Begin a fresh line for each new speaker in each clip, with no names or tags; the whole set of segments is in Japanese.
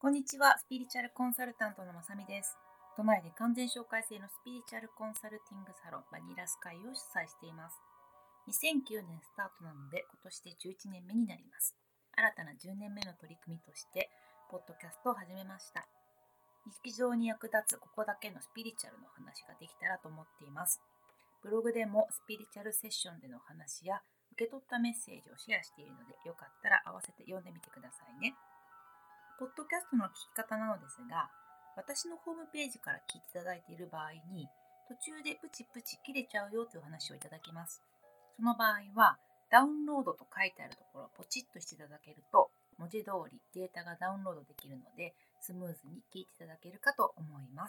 こんにちは、スピリチュアルコンサルタントのまさみです。都内で完全紹介制のスピリチュアルコンサルティングサロンバニラスカイを主催しています。2009年スタートなので今年で11年目になります。新たな10年目の取り組みとして、ポッドキャストを始めました。日常に役立つここだけのスピリチュアルの話ができたらと思っています。ブログでもスピリチュアルセッションでの話や受け取ったメッセージをシェアしているので、よかったら合わせて読んでみてくださいね。ポッドキャストの聞き方なのですが、私のホームページから聞いていただいている場合に、途中でプチプチ切れちゃうよという話をいただきます。その場合は、ダウンロードと書いてあるところをポチッとしていただけると、文字通りデータがダウンロードできるので、スムーズに聞いていただけるかと思います。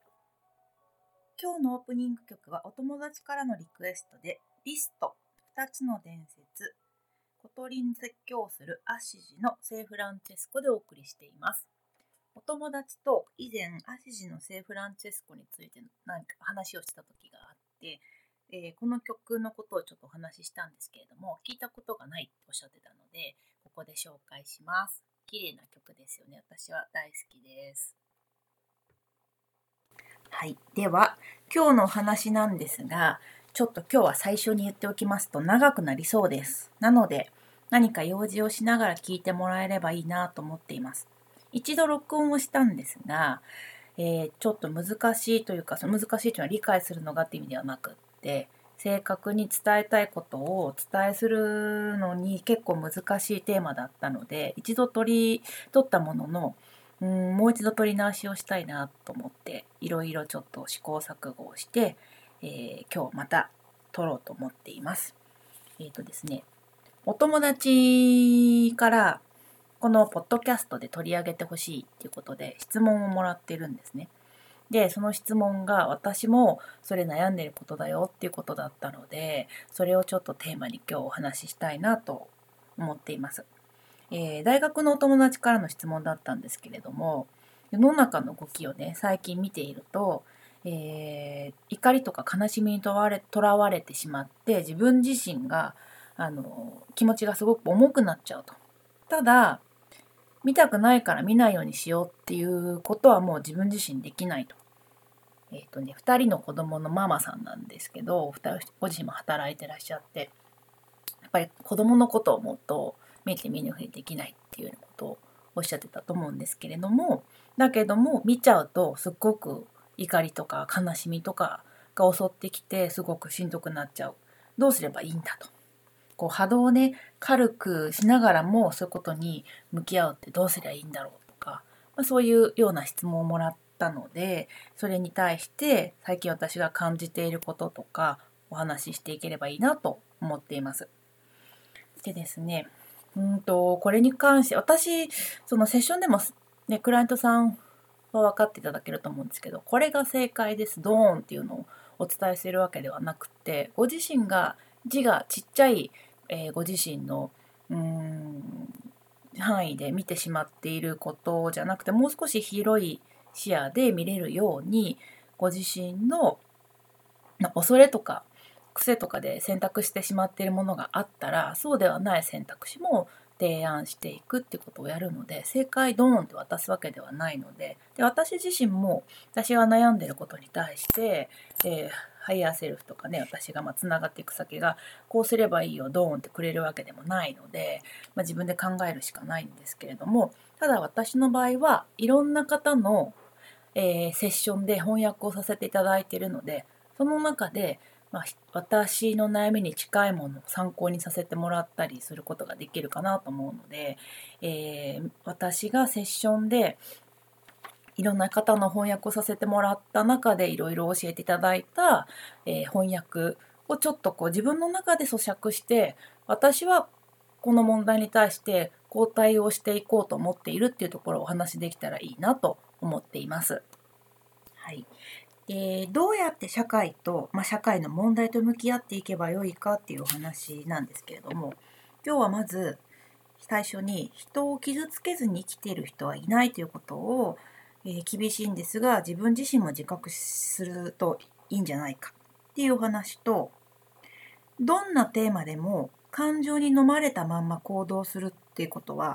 今日のオープニング曲はお友達からのリクエストで、リスト2つの伝説、小鳥に説教するアシジの聖フランチェスコでお送りしています。お友達と以前アシジの聖フランチェスコについて何か話をした時があって、この曲のことをちょっとお話ししたんですけれども、聞いたことがないっておっしゃってたので、ここで紹介します。綺麗な曲ですよね。私は大好きです。はい。では、今日のお話なんですが、ちょっと今日は最初に言っておきますと長くなりそうです。なので、何か用事をしながら聞いてもらえればいいなと思っています。一度録音をしたんですが、ちょっと難しいというか、その難しいというのは理解するのがっていう意味ではなくって、正確に伝えたいことをお伝えするのに結構難しいテーマだったので、一度取ったものの、もう一度取り直しをしたいなと思っていろいろちょっと試行錯誤をして、今日また撮ろうと思っています。ですね、お友達からこのポッドキャストで取り上げてほしいっていうことで質問をもらってるんですね。で、その質問が私もそれ悩んでることだよっていうことだったので、それをちょっとテーマに今日お話ししたいなと思っています。大学のお友達からの質問だったんですけれども、世の中の動きをね最近見ていると、怒りとか悲しみにとらわれてしまって自分自身が気持ちがすごく重くなっちゃうと。ただ見たくないから見ないようにしようっていうことはもう自分自身できないと。2人の子供のママさんなんですけど、ご自身も働いてらっしゃって、やっぱり子供のことを思うと見て見ぬふりできないっていうようなことをおっしゃってたと思うんですけれども、だけども見ちゃうとすっごく怒りとか悲しみとかが襲ってきてすごくしんどくなっちゃう。どうすればいいんだと。波動をね軽くしながらもそういうことに向き合うってどうすりゃいいんだろうとか、そういうような質問をもらったので、それに対して最近私が感じていることとかお話ししていければいいなと思っています。でですね、これに関して私そのセッションでもねクライアントさんは分かっていただけると思うんですけど、これが正解ですドーンっていうのをお伝えするわけではなくて、ご自身が字がちっちゃい、ご自身の範囲で見てしまっていることじゃなくて、もう少し広い視野で見れるようにご自身の恐れとか癖とかで選択してしまっているものがあったら、そうではない選択肢も提案していくっていうことをやるので、正解ドーンって渡すわけではないので、私自身も私が悩んでることに対して、ハイヤーセルフとかね、私がつながっていく先がこうすればいいよドーンってくれるわけでもないので、自分で考えるしかないんですけれども、ただ私の場合はいろんな方の、セッションで翻訳をさせていただいているので、その中で、私の悩みに近いものを参考にさせてもらったりすることができるかなと思うので、私がセッションでいろんな方の翻訳をさせてもらった中でいろいろ教えていただいた、翻訳をちょっと自分の中で咀嚼して、私はこの問題に対してこう対応していこうと思っているっていうところをお話しできたらいいなと思っています。はい。どうやって社会の問題と向き合っていけばよいかっていうお話なんですけれども、今日はまず最初に人を傷つけずに生きている人はいないということを、厳しいんですが自分自身も自覚するといいんじゃないかっていうお話と、どんなテーマでも感情に飲まれたまんま行動するっていうことは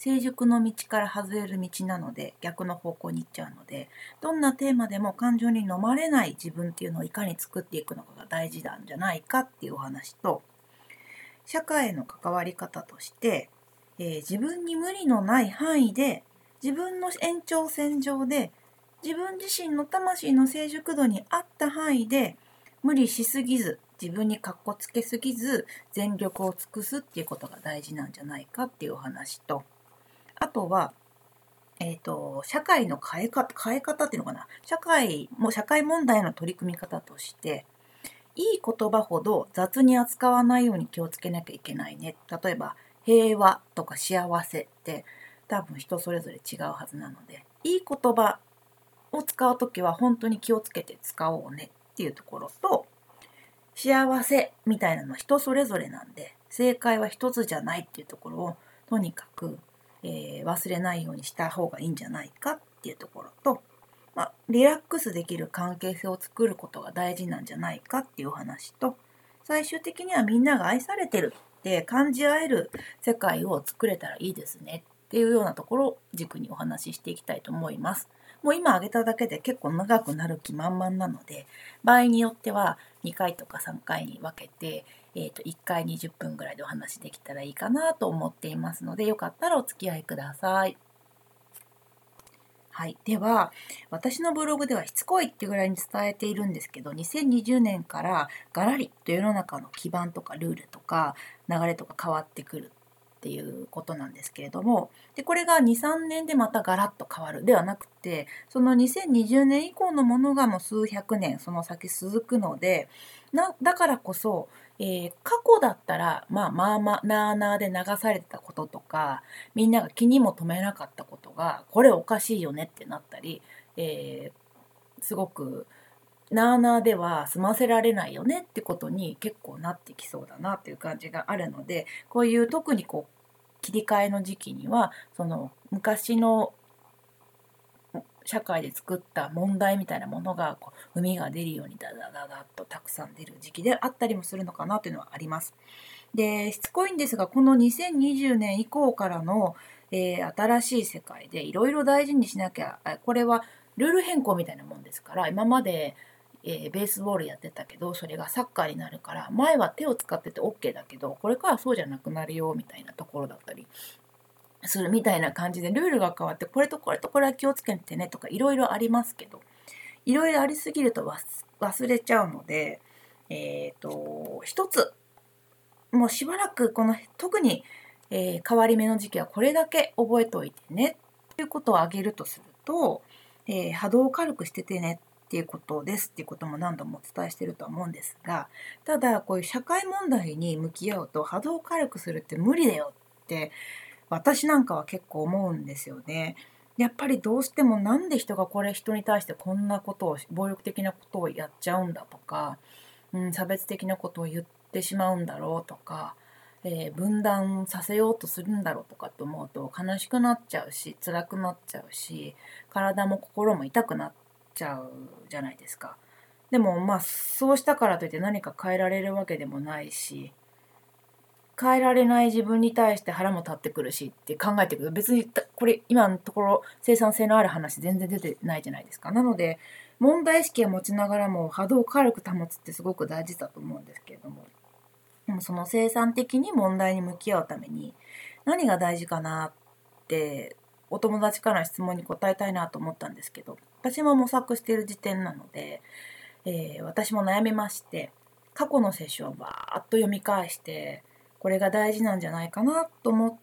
成熟の道から外れる道なので、逆の方向に行っちゃうので、どんなテーマでも感情に飲まれない自分っていうのをいかに作っていくのかが大事なんじゃないかっていうお話と、社会への関わり方として、自分に無理のない範囲で、自分の延長線上で、自分自身の魂の成熟度に合った範囲で無理しすぎず、自分にかっこつけすぎず全力を尽くすっていうことが大事なんじゃないかっていうお話と、あとは、社会の変え方っていうのかな、社会問題の取り組み方として、いい言葉ほど雑に扱わないように気をつけなきゃいけないね。例えば平和とか幸せって多分人それぞれ違うはずなので、いい言葉を使うときは本当に気をつけて使おうねっていうところと、幸せみたいなのは人それぞれなんで正解は一つじゃないっていうところをとにかく、忘れないようにした方がいいんじゃないかっていうところと、リラックスできる関係性を作ることが大事なんじゃないかっていうお話と、最終的にはみんなが愛されてるって感じ合える世界を作れたらいいですねっていうようなところを軸にお話ししていきたいと思います。もう今挙げただけで結構長くなる気満々なので、場合によっては2回とか3回に分けて、1回20分ぐらいでお話できたらいいかなと思っていますので、よかったらお付き合いください。はい、では私のブログではしつこいっていうぐらいに伝えているんですけど、2020年からガラリと世の中の基盤とかルールとか流れとか変わってくるっていうことなんですけれども、でこれが 2,3 年でまたガラッと変わるではなくて、その2020年以降のものがもう数百年その先続くので、だからこそ、過去だったらまあなあなあで流されてたこととか、みんなが気にも留めなかったことがこれおかしいよねってなったり、すごくなあなあでは済ませられないよねってことに結構なってきそうだなっていう感じがあるので、こういう特にこう切り替えの時期にはその昔の社会で作った問題みたいなものがこう海が出るようにダダダダッとたくさん出る時期であったりもするのかなというのはあります。でしつこいんですが、この2020年以降からの、新しい世界でいろいろ大事にしなきゃ、これはルール変更みたいなもんですから、今まで、ベースボールやってたけどそれがサッカーになるから、前は手を使ってて OK だけどこれからそうじゃなくなるよみたいなところだったりするみたいな感じで、ルールが変わってこれとこれとこれは気をつけてねとかいろいろありますけど、いろいろありすぎると忘れちゃうので、一つもうしばらくこの特に、変わり目の時期はこれだけ覚えておいてねっていうことを挙げるとすると、波動を軽くしててねっていうことですっていうことも何度もお伝えしてるとは思うんですが、ただこういう社会問題に向き合うと波動を軽くするって無理だよって私なんかは結構思うんですよね。やっぱりどうしてもなんで人が人に対してこんなことを暴力的なことをやっちゃうんだとか、差別的なことを言ってしまうんだろうとか、分断させようとするんだろうとかって思うと悲しくなっちゃうし辛くなっちゃうし、体も心も痛くなっちゃうじゃないですか。でもそうしたからといって何か変えられるわけでもないし、変えられない自分に対して腹も立ってくるしって考えてくると、別にこれ今のところ生産性のある話全然出てないじゃないですか。なので問題意識を持ちながらも波動を軽く保つってすごく大事だと思うんですけれども、でもその生産的に問題に向き合うために何が大事かなってお友達からの質問に答えたいなと思ったんですけど、私も模索している時点なので、私も悩みまして、過去のセッションをバーッと読み返してこれが大事なんじゃないかなと思って、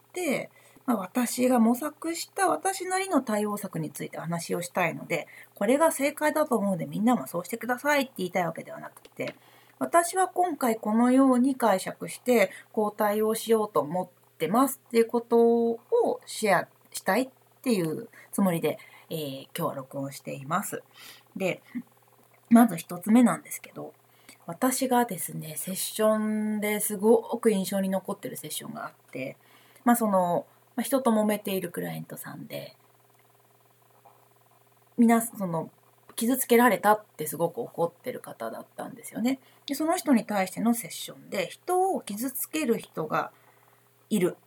私が模索した私なりの対応策について話をしたいので、これが正解だと思うのでみんなもそうしてくださいって言いたいわけではなくて、私は今回このように解釈してこう対応しようと思ってますっていうことをシェアしたいっていうつもりで、今日は録音しています。で、まず一つ目なんですけど、私がですねセッションですごく印象に残ってるセッションがあって、人と揉めているクライアントさんで、傷つけられたってすごく怒ってる方だったんですよね。その人に対してのセッションで、人を傷つける人がいる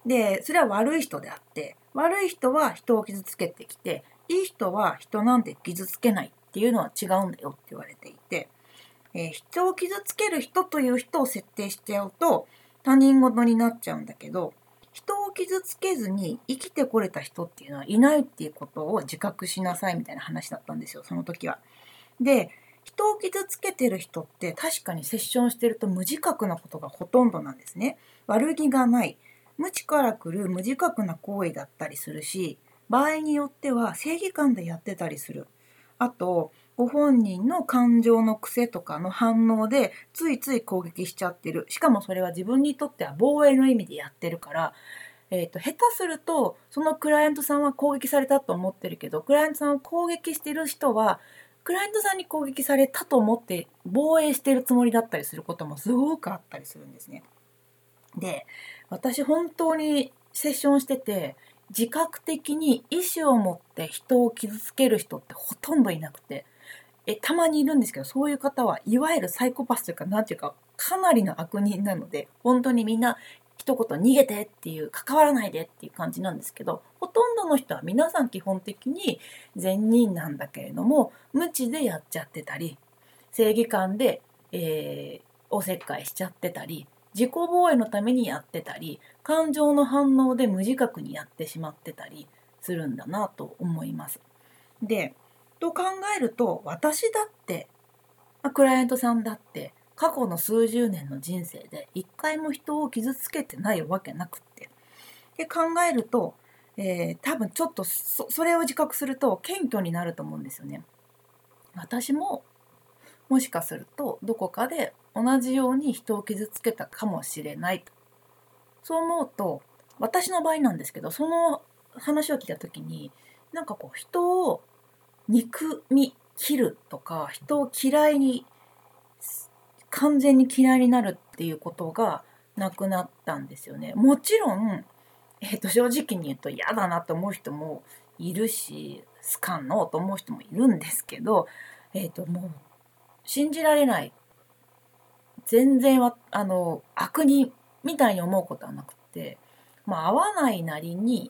で、それは悪い人であって、悪い人は人を傷つけてきて、いい人は人なんて傷つけないっていうのは違うんだよって言われていて、人を傷つける人という人を設定しちゃうと他人事になっちゃうんだけど、人を傷つけずに生きてこれた人っていうのはいないっていうことを自覚しなさいみたいな話だったんですよ、その時は。で、人を傷つけてる人って確かにセッションしてると無自覚なことがほとんどなんですね。悪気がない。無知から来る無自覚な行為だったりするし、場合によっては正義感でやってたりする。あと、ご本人の感情の癖とかの反応でついつい攻撃しちゃってる。しかもそれは自分にとっては防衛の意味でやってるから、下手するとそのクライアントさんは攻撃されたと思ってるけど、クライアントさんを攻撃してる人はクライアントさんに攻撃されたと思って防衛してるつもりだったりすることもすごくあったりするんですね。で、私本当にセッションしてて、自覚的に意思を持って人を傷つける人ってほとんどいなくて、たまにいるんですけど、そういう方はいわゆるサイコパスというか、なんていうか、かなりの悪人なので、本当にみんな一言逃げてっていう、関わらないでっていう感じなんですけど、ほとんどの人は皆さん基本的に善人なんだけれども、無知でやっちゃってたり、正義感で、おせっかいしちゃってたり、自己防衛のためにやってたり、感情の反応で無自覚にやってしまってたりするんだなと思います。で、と考えると、私だって、クライアントさんだって過去の数十年の人生で一回も人を傷つけてないわけなくって。で考えると、多分ちょっとそれを自覚すると謙虚になると思うんですよね。私ももしかするとどこかで同じように人を傷つけたかもしれないと。そう思うと、私の場合なんですけど、その話を聞いた時に、なんかこう人を憎み切るとか、人を嫌いに、完全に嫌いになるっていうことがなくなったんですよね。もちろん、正直に言うと嫌だなと思う人もいるし、好かんのと思う人もいるんですけど、もう信じられない。全然悪人みたいに思うことはなくて、合わないなりに、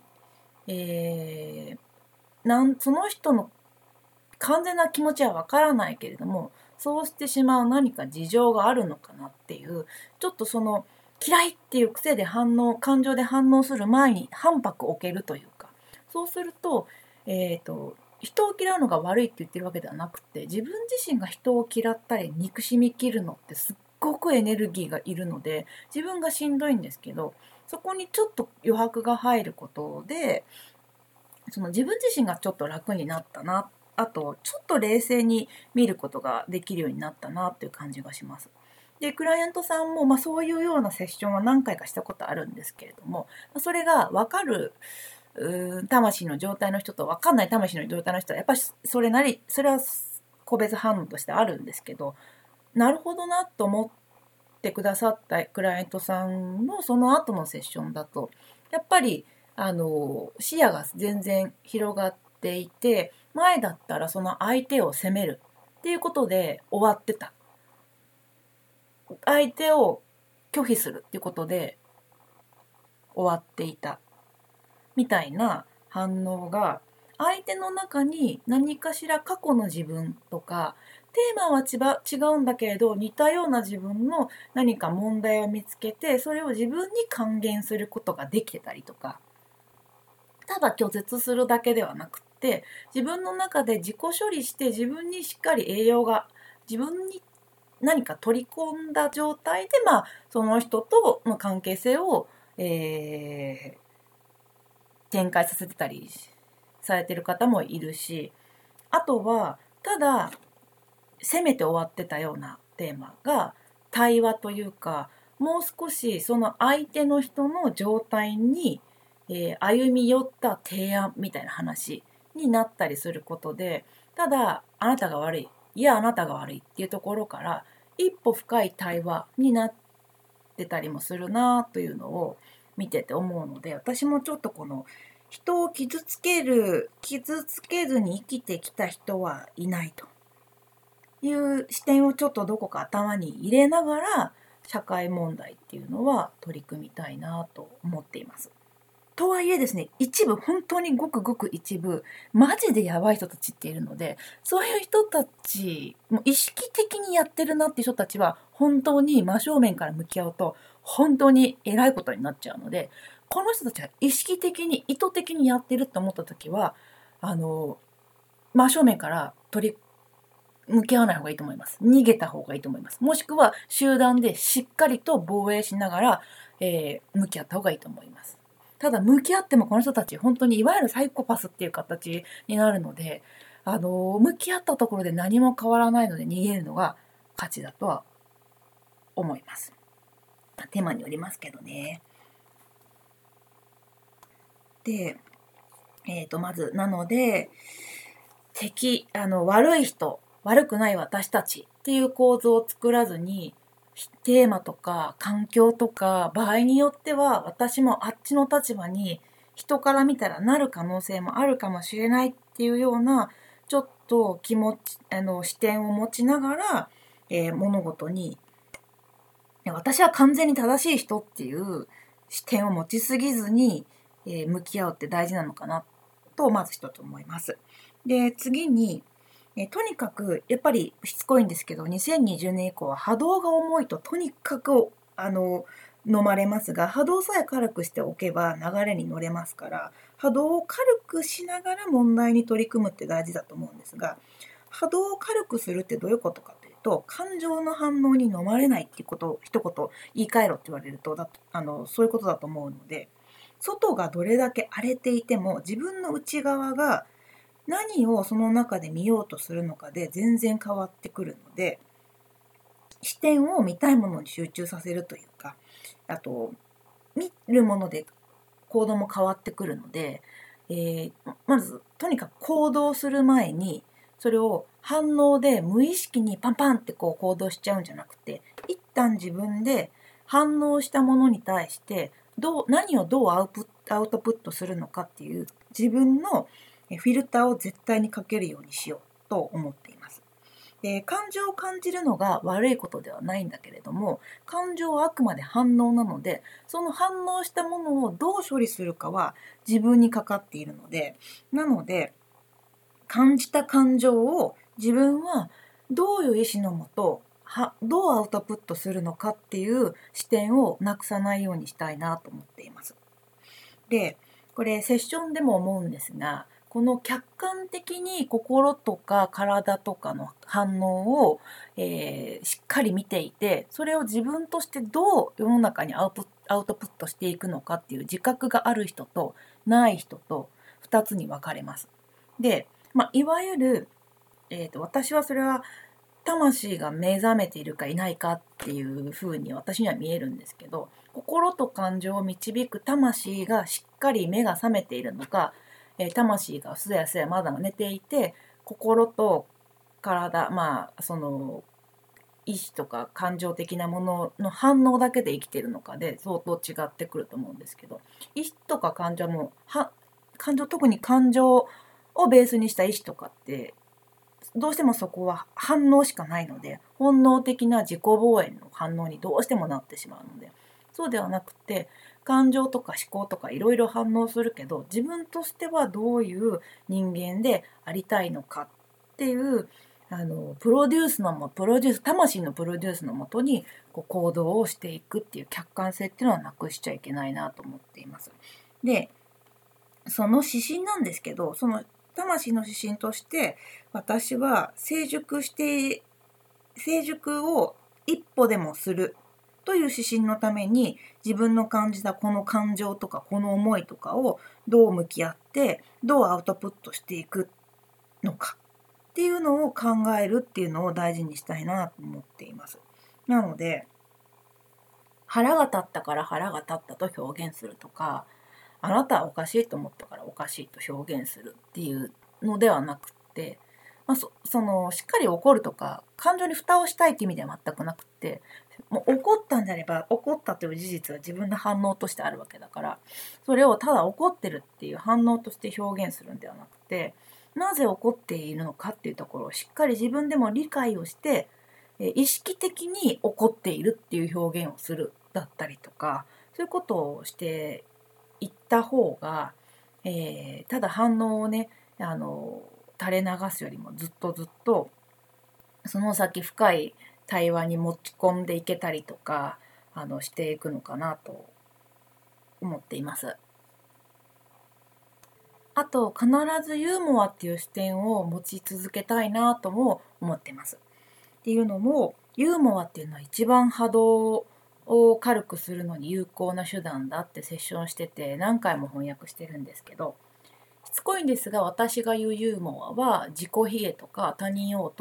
その人の完全な気持ちはわからないけれども、そうしてしまう何か事情があるのかなっていう、ちょっとその嫌いっていう癖で感情で反応する前に反拍を置けるというか、そうすると、人を嫌うのが悪いって言ってるわけではなくて、自分自身が人を嫌ったり憎しみ切るのってすっごくエネルギーがいるので、自分がしんどいんですけど、そこにちょっと余白が入ることで、その自分自身がちょっと楽になったな、あとちょっと冷静に見ることができるようになったなっていう感じがします。でクライアントさんも、そういうようなセッションは何回かしたことあるんですけれども、それが分かる魂の状態の人と分かんない魂の状態の人はやっぱりそれは個別反応としてあるんですけど、なるほどなと思ってくださったクライアントさんのその後のセッションだと、やっぱり視野が全然広がっていて、前だったらその相手を責めるっていうことで終わってた、相手を拒否するっていうことで終わっていたみたいな反応が、相手の中に何かしら過去の自分とか、テーマは違うんだけれど似たような自分の何か問題を見つけて、それを自分に還元することができてたりとか、ただ拒絶するだけではなくって、自分の中で自己処理して自分にしっかり栄養が自分に何か取り込んだ状態で、その人との関係性を、展開させてたりされてる方もいるし、あとはただ責めて終わってたようなテーマが対話というか、もう少しその相手の人の状態に、歩み寄った提案みたいな話になったりすることで、ただあなたが悪い、いやあなたが悪いっていうところから一歩深い対話になってたりもするなというのを見てて思うので、私もちょっとこの人を傷つけずに生きてきた人はいないという視点をちょっとどこか頭に入れながら、社会問題っていうのは取り組みたいなと思っています。 とはいえですね、一部、本当にごくごく一部、マジでやばい人たちっているので、そういう人たち、もう意識的にやってるなっていう人たちは、本当に真正面から向き合うと、本当に偉いことになっちゃうので、この人たちは意識的に、意図的にやってると思った時は、真正面から向き合わない方がいいと思います。逃げた方がいいと思います。もしくは集団でしっかりと防衛しながら、向き合った方がいいと思います。ただ向き合ってもこの人たち本当にいわゆるサイコパスっていう形になるので、向き合ったところで何も変わらないので逃げるのが勝ちだとは思います。テーマによりますけどね。で、まずなので悪い人、悪くない私たちっていう構造を作らずに、テーマとか環境とか場合によっては私もあっちの立場に人から見たらなる可能性もあるかもしれないっていうようなちょっと視点を持ちながら、物事に私は完全に正しい人っていう視点を持ちすぎずに、向き合うって大事なのかなとまず一つ思います。で次にとにかくやっぱりしつこいんですけど2020年以降は波動が重いととにかく飲まれますが、波動さえ軽くしておけば流れに乗れますから、波動を軽くしながら問題に取り組むって大事だと思うんですが、波動を軽くするってどういうことかというと、感情の反応に飲まれないっていうことを一言言い換えろって言われるとそういうことだと思うので、外がどれだけ荒れていても自分の内側が何をその中で見ようとするのかで全然変わってくるので、視点を見たいものに集中させるというか、あと見るもので行動も変わってくるので、まずとにかく行動する前にそれを反応で無意識にパンパンってこう行動しちゃうんじゃなくて、一旦自分で反応したものに対して何をどうアウトプットするのかっていう自分のフィルターを絶対にかけるようにしようと思っています。で、感情を感じるのが悪いことではないんだけれども、感情はあくまで反応なので、その反応したものをどう処理するかは自分にかかっているので、なので感じた感情を自分はどういう意思のもとどうアウトプットするのかっていう視点をなくさないようにしたいなと思っています。で、これセッションでも思うんですが、この客観的に心とか体とかの反応を、しっかり見ていて、それを自分としてどう世の中にアウトプットしていくのかっていう自覚がある人とない人と2つに分かれます。で、いわゆる、私はそれは魂が目覚めているかいないかっていうふうに私には見えるんですけど、心と感情を導く魂がしっかり目が覚めているのか、魂がすやすやまだ寝ていて、心と体、その意志とか感情的なものの反応だけで生きているのかで相当違ってくると思うんですけど、意志とか感情も特に感情をベースにした意志とかってどうしてもそこは反応しかないので、本能的な自己防衛の反応にどうしてもなってしまうので、そうではなくて感情とか思考とかいろいろ反応するけど、自分としてはどういう人間でありたいのかっていう魂のプロデュースのもとにこう行動をしていくっていう客観性っていうのはなくしちゃいけないなと思っています。で、その指針なんですけど、その魂の指針として私は成熟を一歩でもするという指針のために、自分の感じたこの感情とかこの思いとかをどう向き合ってどうアウトプットしていくのかっていうのを考えるっていうのを大事にしたいなと思っています。なので腹が立ったから腹が立ったと表現するとか、あなたはおかしいと思ったからおかしいと表現するっていうのではなくて、しっかり怒るとか感情に蓋をしたいって意味では全くなくて、もう怒ったんであれば怒ったという事実は自分の反応としてあるわけだから、それをただ怒ってるっていう反応として表現するんではなくて、なぜ怒っているのかっていうところをしっかり自分でも理解をして、意識的に怒っているっていう表現をするだったりとか、そういうことをして言った方が、ただ反応をね垂れ流すよりもずっとその先深い対話に持ち込んでいけたりとかしていくのかなと思っています。あと必ずユーモアっていう視点を持ち続けたいなとも思ってます。っていうのもユーモアっていうのは一番波動を軽くするのに有効な手段だってセッションしてて何回も翻訳してるんですけど、しつこいんですが私が言うユーモアは自己卑下とか他人を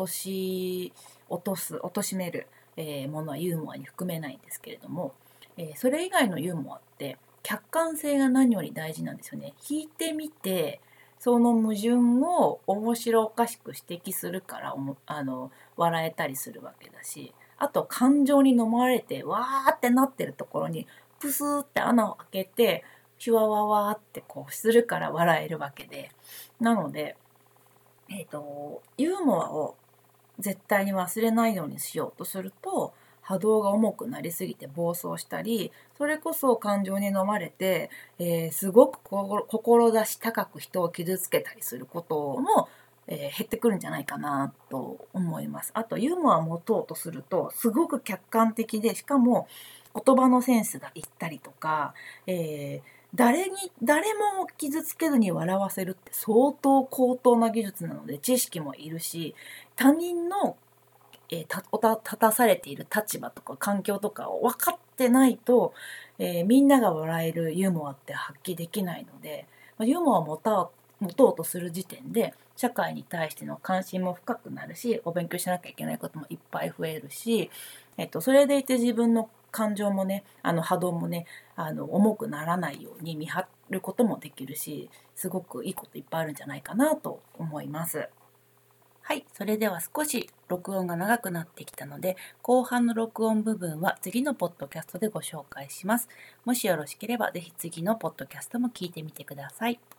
貶める、ものはユーモアに含めないんですけれども、それ以外のユーモアって客観性が何より大事なんですよね。聞いてみてその矛盾を面白おかしく指摘するから笑えたりするわけだし、あと感情に飲まれてわーってなってるところにプスーって穴を開けてシュワワワーってこうするから笑えるわけで、なので、ユーモアを絶対に忘れないようにしようとすると波動が重くなりすぎて暴走したり、それこそ感情に飲まれて、すごく志高く人を傷つけたりすることも、減ってくるんじゃないかなと思います。あとユーモアを持とうとするとすごく客観的で、しかも言葉のセンスがいったりとか、誰も傷つけずに笑わせるって相当高等な技術なので知識もいるし、他人の立たされている立場とか環境とかを分かってないと、みんなが笑えるユーモアって発揮できないので、ユーモアを持とうとする時点で社会に対しての関心も深くなるし、お勉強しなきゃいけないこともいっぱい増えるし、それでいて自分の感情もね波動もね重くならないように見張ることもできるし、すごくいいこといっぱいあるんじゃないかなと思います。はい、それでは少し録音が長くなってきたので、後半の録音部分は次のポッドキャストでご紹介します。もしよろしければぜひ次のポッドキャストも聞いてみてください。